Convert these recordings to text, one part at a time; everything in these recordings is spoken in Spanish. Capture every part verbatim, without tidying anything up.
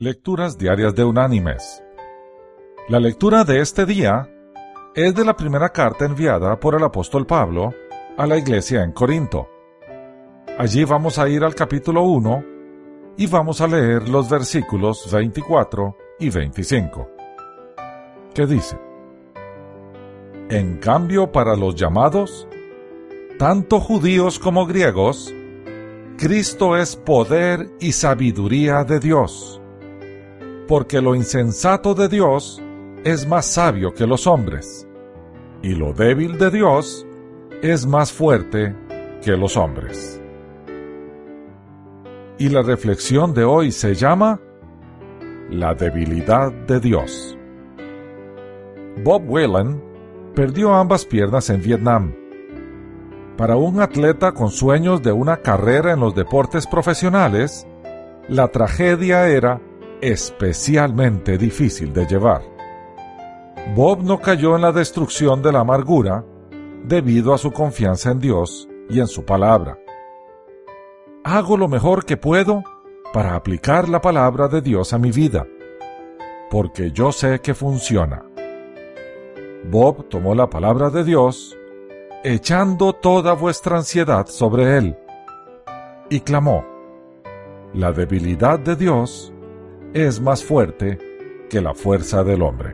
Lecturas diarias de Unánimes. La lectura de este día es de la primera carta enviada por el apóstol Pablo a la iglesia en Corinto. Allí vamos a ir al capítulo uno y vamos a leer los versículos veinticuatro y veinticinco, que dice: En cambio, para los llamados, tanto judíos como griegos, Cristo es poder y sabiduría de Dios, porque lo insensato de Dios es más sabio que los hombres, y lo débil de Dios es más fuerte que los hombres. Y la reflexión de hoy se llama La debilidad de Dios. Bob Whelan perdió ambas piernas en Vietnam. Para un atleta con sueños de una carrera en los deportes profesionales, la tragedia era especialmente difícil de llevar. Bob no cayó en la destrucción de la amargura debido a su confianza en Dios y en su palabra. Hago lo mejor que puedo para aplicar la palabra de Dios a mi vida, porque yo sé que funciona. Bob tomó la palabra de Dios, echando toda vuestra ansiedad sobre él, y clamó: La debilidad de Dios es más fuerte que la fuerza del hombre.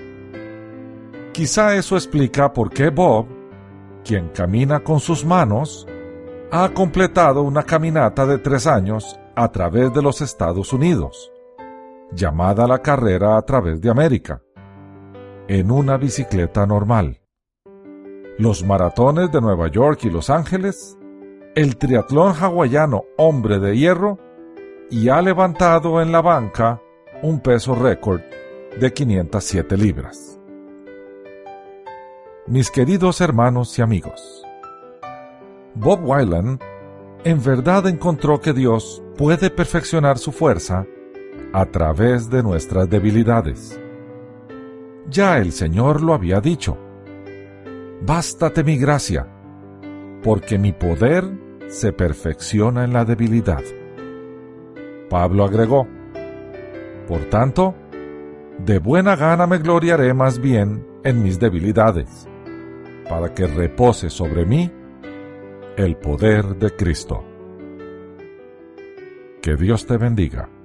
Quizá eso explica por qué Bob, quien camina con sus manos, ha completado una caminata de tres años a través de los Estados Unidos, llamada la carrera a través de América, en una bicicleta normal, los maratones de Nueva York y Los Ángeles, el triatlón hawaiano Hombre de Hierro, y ha levantado en la banca un peso récord de quinientas siete libras. Mis queridos hermanos y amigos, Bob Whelan en verdad encontró que Dios puede perfeccionar su fuerza a través de nuestras debilidades. Ya el Señor lo había dicho: Bástate mi gracia, porque mi poder se perfecciona en la debilidad. Pablo agregó: Por tanto, de buena gana me gloriaré más bien en mis debilidades, para que repose sobre mí el poder de Cristo. Que Dios te bendiga.